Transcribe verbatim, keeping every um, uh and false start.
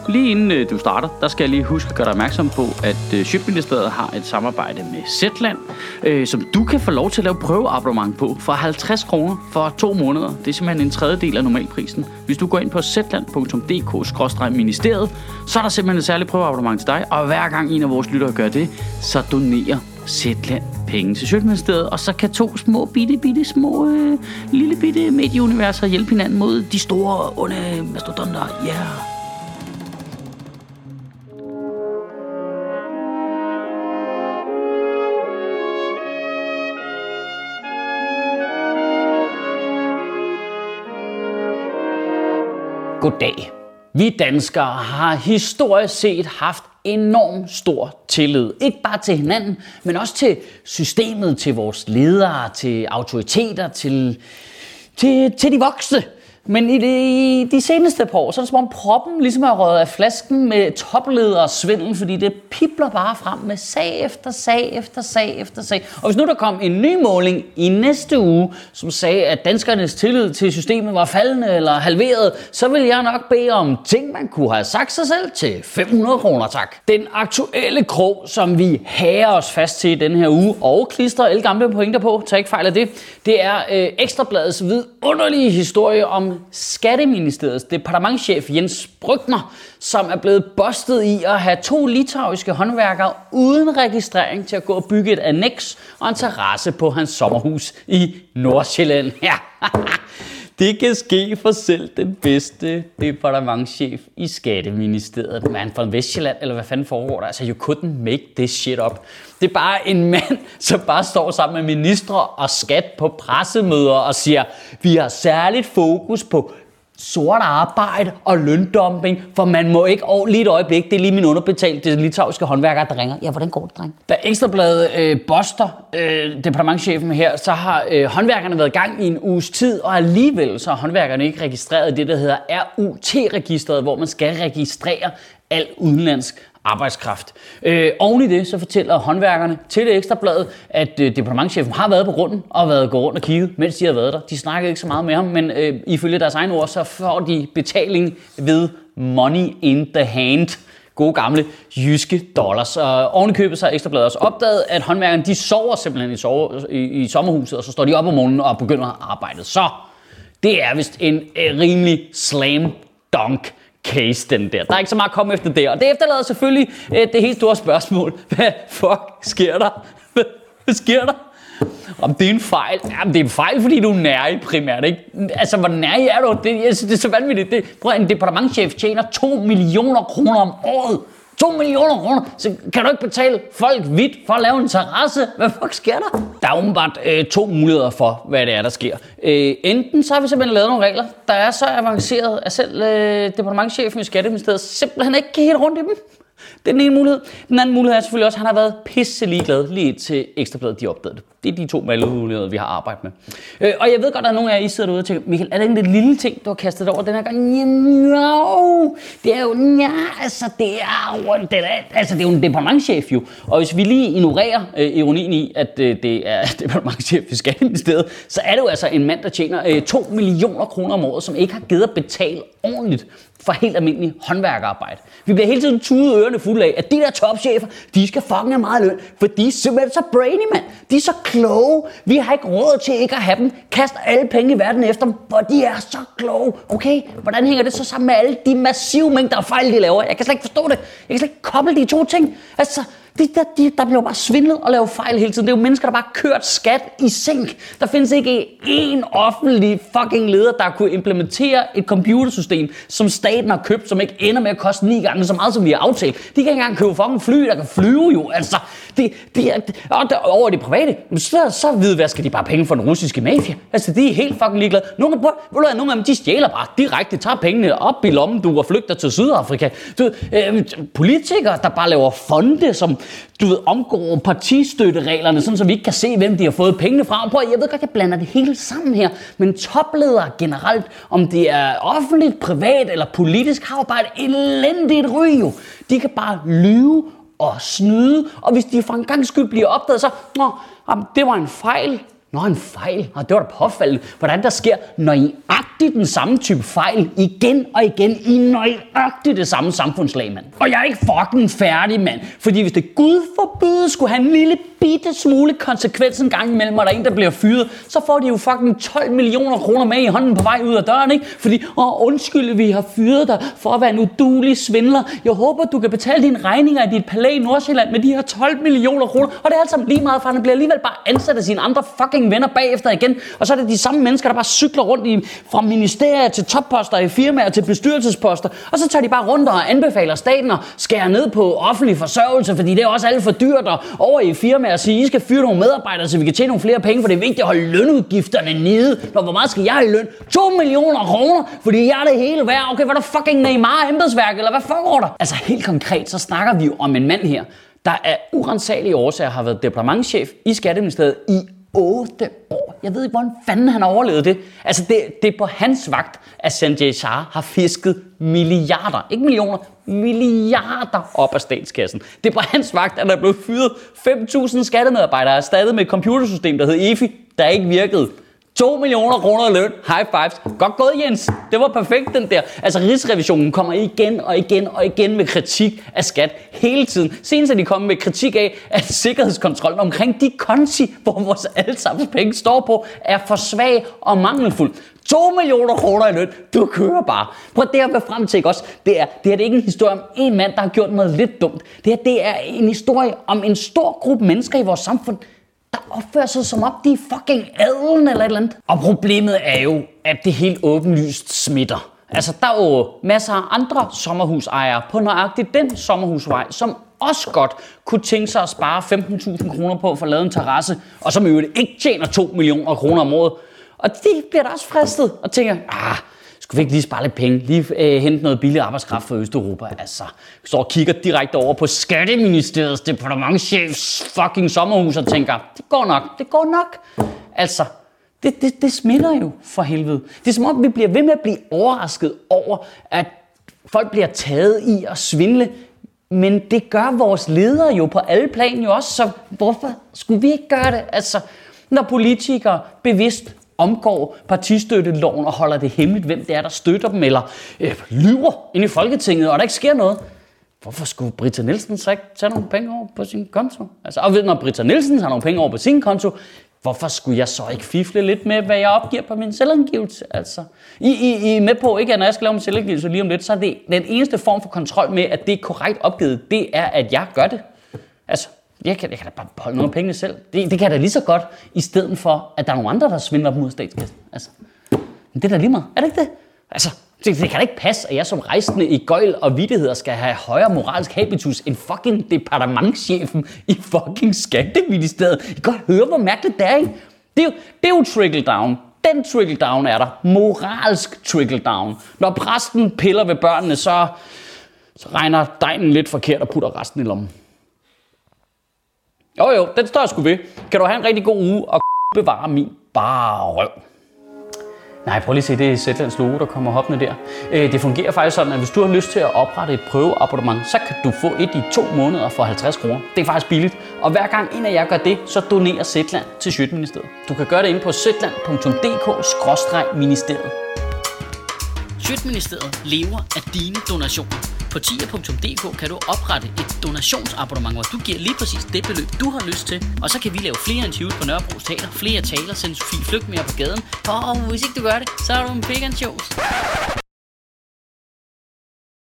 lige inden øh, du starter, der skal jeg lige huske at gøre dig opmærksom på, at øh, Sjøtministeriet har et samarbejde med Zetland, øh, som du kan få lov til at lave prøveabonnement på for halvtreds kroner for to måneder. Det er simpelthen en tredjedel af normalprisen. Hvis du går ind på zetland punktum d k skråstreg ministeriet, så er der simpelthen et særligt prøveabonnement til dig, og hver gang en af vores lyttere gør det, så donerer Zetland penge til Sjøtministeriet, og så kan to små, bitte, bitte, små, øh, lille bitte medieuniverser hjælpe hinanden mod de store, onde mastodonter. Ja. Yeah. Goddag. Vi danskere har historisk set haft enormt stor tillid. Ikke bare til hinanden, men også til systemet, til vores ledere, til autoriteter, til, til, til de voksne. Men i de, de seneste par år, så er det som om proppen ligesom er røget af flasken med topledere og svindel, fordi det pipler bare frem med sag efter sag efter sag efter sag. Og hvis nu der kom en ny måling i næste uge, som sagde, at danskernes tillid til systemet var faldende eller halveret, så vil jeg nok bede om ting, man kunne have sagt sig selv til fem hundrede kroner, tak. Den aktuelle krog, som vi hager os fast til i denne her uge, og klistrer alle gamle pointer på, tag ikke fejl af det, det er øh, Ekstrabladets vidunderlige historie om Skatteministeriets departementschef Jens Brøgner, som er blevet bustet i at have to litauiske håndværkere uden registrering til at gå og bygge et anneks og en terrasse på hans sommerhus i Nordsjælland. Ja. Det kan ske for selv den bedste departementschef i Skatteministeriet. Man fra Vestjylland, eller hvad fanden foregår der? Altså, you couldn't make this shit up. Det er bare en mand, som bare står sammen med ministre og skat på pressemøder og siger, vi har særligt fokus på sort arbejde og løndumping, for man må ikke over lige et øjeblik, det er lige min underbetalte litauiske håndværker, der ringer. Ja, hvordan går det, dreng? Da Ekstrabladet øh, buster øh, departementschefen her, så har øh, håndværkerne været i gang i en uges tid, og alligevel så har håndværkerne ikke registreret det, der hedder R U T-registret, hvor man skal registrere al udenlandsk arbejdskraft. Øh, oven i det, så fortæller håndværkerne til det Ekstrabladet, at øh, departementschefen har været på grunden og været gået rundt og kigget, mens de har været der. De snakkede ikke så meget med ham, men øh, ifølge deres egen ord, så får de betaling ved money in the hand. Gode gamle jyske dollars. Og oven i købet så har Ekstrabladet også opdaget, at håndværkerne de sover simpelthen i, sove, i, i sommerhuset, og så står de op om morgenen og begynder at arbejde. Så det er vist en øh, rimelig slam dunk case, den der. Der er ikke så meget at komme efter der. Og det efterlader selvfølgelig øh, det helt store spørgsmål. Hvad fuck sker der? Hvad sker der? Om det er en fejl? Jamen, det er en fejl, fordi du er nærig primært, ikke? Altså, hvor nærig er du? Det, jeg synes, det er så vanvittigt. Det, prøv at en departementschef tjener to millioner kroner om året. to millioner kroner, så kan du ikke betale folk vidt for at lave en terrasse. Hvad fuck sker der? Der er åbenbart øh, to muligheder for, hvad det er, der sker. Øh, enten så har vi simpelthen lavet nogle regler, der er så avanceret, at selv øh, departementschefen i Skatteministeriet simpelthen ikke kan helt rundt i dem. Det er den ene mulighed. Den anden mulighed er selvfølgelig også, at han har været pisse ligeglad lige til Ekstrabladet, de opdagede det. Det er de to muligheder, vi har arbejdet med. Øh, og jeg ved godt, at der er nogle af jer, I sidder derude og tænker, Michael, er det en lille ting, du har kastet over den her gang? No, det er jo, ja, altså, det er jo, det er, altså, det er jo en departementschef jo. Og hvis vi lige ignorerer øh, ironien i, at øh, det er departementschef i Skatteministeriet, så er det jo altså en mand, der tjener øh, to millioner kroner om året, som ikke har givet at betale ordentligt for helt almindelig håndværkerarbejde. Vi bliver hele tiden tudet ørerne fulde af, at de der topchefer, de skal fucking have meget løn, for de er simpelthen så brainy, mand. De er så kloge. Vi har ikke råd til ikke at have dem. Kast alle penge i verden efter dem, for de er så kloge. Okay, hvordan hænger det så sammen med alle de massive mængder af fejl, de laver? Jeg kan slet ikke forstå det. Jeg kan slet ikke koble de to ting. Altså, de, der, de, der bliver bare svindlet og lavet fejl hele tiden. Det er jo mennesker, der bare har kørt skat i sænk. Der findes ikke én offentlig fucking leder, der kunne implementere et computersystem, som staten har købt, som ikke ender med at koste ni gange så meget, som vi har aftalt. De kan ikke engang købe fucking fly, der kan flyve jo. Altså, de, de, og der, over det private, så, så hvidvasker de bare penge fra den russiske mafia. Altså, de er helt fucking ligeglade. Nogle af, ved du, nogle af dem, de stjæler bare direkte, tager pengene op i lommen, du og flygter til Sydafrika. Du ved, øh, politikere, der bare laver fonde, som du ved, omgår partistøttereglerne, sådan så vi ikke kan se, hvem de har fået pengene fra. Prøv, jeg ved godt, jeg blander det hele sammen her, men topledere generelt, om det er offentligt, privat eller politisk, har jo bare et elendigt ry jo. De kan bare lyve og snyde, og hvis de for en gang skyld bliver opdaget, så, nå, det var en fejl. Nå, en fejl. Og det var da påfaldende, hvordan der sker, når I nøjagtigt den samme type fejl igen og igen i nøjagtigt det samme samfundslag, mand. Og jeg er ikke fucking færdig, mand. Fordi hvis det Gud forbyde skulle have en lille bitte smule konsekvens en gang imellem, og der er en, der bliver fyret, så får de jo fucking tolv millioner kroner med i hånden på vej ud af døren, ikke? Fordi, åh, undskyld, vi har fyret dig for at være en uduelig svindler. Jeg håber, du kan betale dine regninger i dit palæ i Nordsjælland med de her tolv millioner kroner. Og det er alt sammen lige meget, for han bliver alligevel bare ansat af sine andre fucking venner bagefter igen. Og så er det de samme mennesker, der bare cykler rundt i, fra ministerier til topposter i firmaer til bestyrelsesposter. Og så tager de bare rundt og anbefaler staten at skære ned på offentlig forsørgelse, fordi det er også alt for dyrt, og over i firmaer og sige, I skal fyre nogle medarbejdere, så vi kan tjene nogle flere penge, for det er vigtigt at holde lønudgifterne nede. Når hvor meget skal jeg have i løn? to millioner kroner, fordi jeg er det hele værd. Okay, hvad er der fucking Neymar embedsværk, eller hvad foregår der? Altså helt konkret, så snakker vi jo om en mand her, der af urensagelige årsager har været departementschef i Skatteministeriet i otte år. Jeg ved ikke, hvordan fanden han har overlevet det. Altså, det, det er på hans vagt, at Sanjay Shah har fisket milliarder, ikke millioner, milliarder op af statskassen. Det er på hans vagt, at der er blevet fyret fem tusind skattemedarbejdere erstattet med et computersystem, der hed E F I, der ikke virkede. to millioner kroner i løn. High fives. Godt gået, Jens. Det var perfekt, den der. Altså, Rigsrevisionen kommer igen og igen og igen med kritik af skat hele tiden. Senest er de kommet med kritik af, at sikkerhedskontrollen omkring de konti, hvor vores allesammens penge står på, er for svag og mangelfuld. to millioner kroner i løn. Du kører bare. Prøv det at være frem til, ikke også? Det er, det er det ikke en historie om en mand, der har gjort noget lidt dumt. Det her, det er en historie om en stor gruppe mennesker i vores samfund, der opfører sig som om de er fucking adelen eller et eller andet. Og problemet er jo, at det helt åbenlyst smitter. Altså, der er jo masser af andre sommerhusejere på nøjagtigt den sommerhusvej, som også godt kunne tænke sig at spare femten tusind kroner på at få lavet en terrasse, og som i øvrigt ikke tjener to millioner kroner om året. Og de bliver da også fristet og tænker, ah, skulle vi ikke lige spare lidt penge, lige øh, hente noget billig arbejdskraft fra Østeuropa? Altså, vi står og kigger direkte over på Skatteministeriets departementschefs fucking sommerhus og tænker, det går nok, det går nok. Altså, det, det, det smitter jo for helvede. Det er som om, vi bliver ved med at blive overrasket over, at folk bliver taget i at svindle, men det gør vores ledere jo på alle plan jo også, så hvorfor skulle vi ikke gøre det? Altså, når politikere bevidst omgår partistøtteloven og holder det hemmeligt, hvem det er, der støtter dem, eller øh, lyver ind i Folketinget, og der ikke sker noget. Hvorfor skulle Britta Nielsen så ikke tage nogle penge over på sin konto? Altså, og når Britta Nielsen tager nogle penge over på sin konto, hvorfor skulle jeg så ikke fifle lidt med, hvad jeg opgiver på min selvangivelse? Altså, I, I, I er med på, ikke, at når jeg skal lave min selvangivelse lige om lidt, så er det den eneste form for kontrol med, at det er korrekt opgivet, det er, at jeg gør det. Altså, Jeg kan, jeg kan da bare beholde nogle af pengene selv. Det, det kan jeg da lige så godt, i stedet for, at der er nogle andre, der svindler dem ud af statskassen. Altså, men det er da lige meget. Er det ikke det? Altså, det, det kan da ikke passe, at jeg som rejsende i gøjl og vittigheder skal have højere moralsk habitus end fucking departementschefen i fucking Skatteministeriet. I kan godt høre, hvor mærkeligt det er, ikke? Det er jo, det er jo trickle down. Den trickle down er der. Moralsk trickle down. Når præsten piller ved børnene, så, så regner dejen lidt forkert og putter resten i lommen. Jo jo, den står jeg sgu ved. Kan du have en rigtig god uge og bevare min bare røv. Nej, prøv lige at se, det er Zetlands logo, der kommer hoppende der. Det fungerer faktisk sådan, at hvis du har lyst til at oprette et prøveabonnement, så kan du få et i to måneder for halvtreds kroner. Det er faktisk billigt. Og hver gang en af jer gør det, så donerer Zetland til Sjøtministeriet. Du kan gøre det inde på zetland punktum d k skråstreg ministeriet. Sjøtministeriet lever af dine donationer. På tier punktum d k kan du oprette et donationsabonnement, hvor du giver lige præcis det beløb, du har lyst til. Og så kan vi lave flere interviews på Nørrebros Teater, flere taler, sende Sofie Flygt mere på gaden. Og hvis ikke du gør det, så er du en pig and shows.